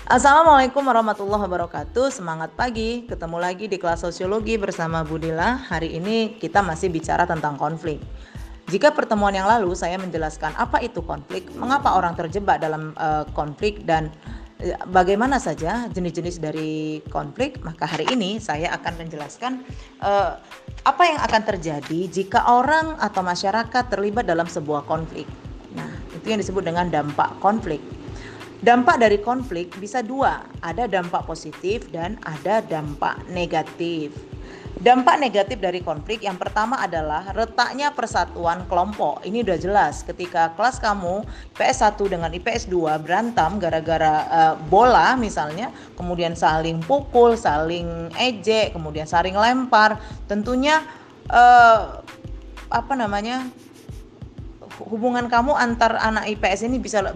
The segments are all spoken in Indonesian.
Assalamualaikum warahmatullahi wabarakatuh. Semangat pagi, ketemu lagi di kelas sosiologi bersama Budila. Hari ini kita masih bicara tentang konflik. Jika pertemuan yang lalu saya menjelaskan apa itu konflik, mengapa orang terjebak dalam konflik dan bagaimana saja jenis-jenis dari konflik, maka hari ini saya akan menjelaskan apa yang akan terjadi jika orang atau masyarakat terlibat dalam sebuah konflik. Nah, itu yang disebut dengan dampak konflik. Dampak dari konflik bisa dua, ada dampak positif dan ada dampak negatif. Dampak negatif dari konflik yang pertama adalah retaknya persatuan kelompok. Ini udah jelas ketika kelas kamu IPS 1 dengan IPS 2 berantem gara-gara bola misalnya, kemudian saling pukul, saling ejek, kemudian saling lempar, tentunya hubungan kamu antar anak IPS ini bisa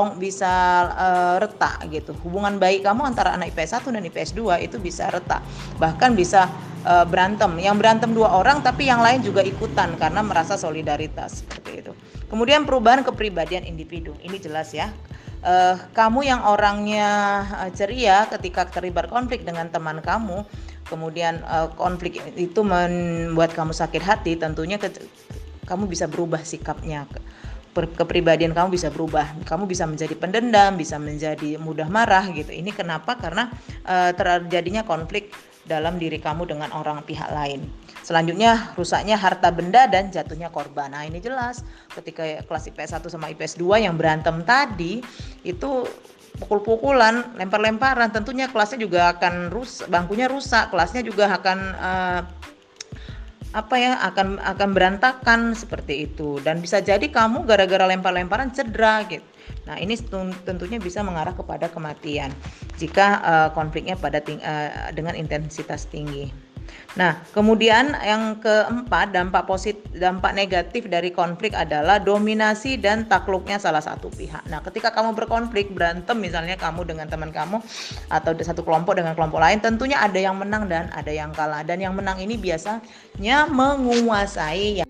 retak gitu. Hubungan baik kamu antara anak IPS 1 dan IPS 2 itu bisa retak. Bahkan bisa berantem. Yang berantem 2 orang tapi yang lain juga ikutan karena merasa solidaritas seperti itu. Kemudian perubahan kepribadian individu. Ini jelas ya. Kamu yang orangnya ceria ketika terlibat konflik dengan teman kamu, kemudian konflik itu membuat kamu sakit hati, tentunya kamu bisa berubah sikapnya, kepribadian kamu bisa berubah, kamu bisa menjadi pendendam, bisa menjadi mudah marah gitu. Ini kenapa? Karena terjadinya konflik dalam diri kamu dengan orang pihak lain. Selanjutnya rusaknya harta benda dan jatuhnya korban. Nah ini jelas ketika kelas IPS 1 sama IPS 2 yang berantem tadi itu pukul-pukulan, lempar-lemparan, tentunya kelasnya juga akan rusak, bangkunya rusak, kelasnya juga akan akan berantakan seperti itu, dan bisa jadi kamu gara-gara lempar-lemparan cedera gitu. Nah ini tentunya bisa mengarah kepada kematian jika konfliknya dengan intensitas tinggi. Nah kemudian yang keempat, dampak negatif dari konflik adalah dominasi dan takluknya salah satu pihak. Nah ketika kamu berkonflik, berantem misalnya kamu dengan teman kamu atau satu kelompok dengan kelompok lain, tentunya ada yang menang dan ada yang kalah, dan yang menang ini biasanya menguasai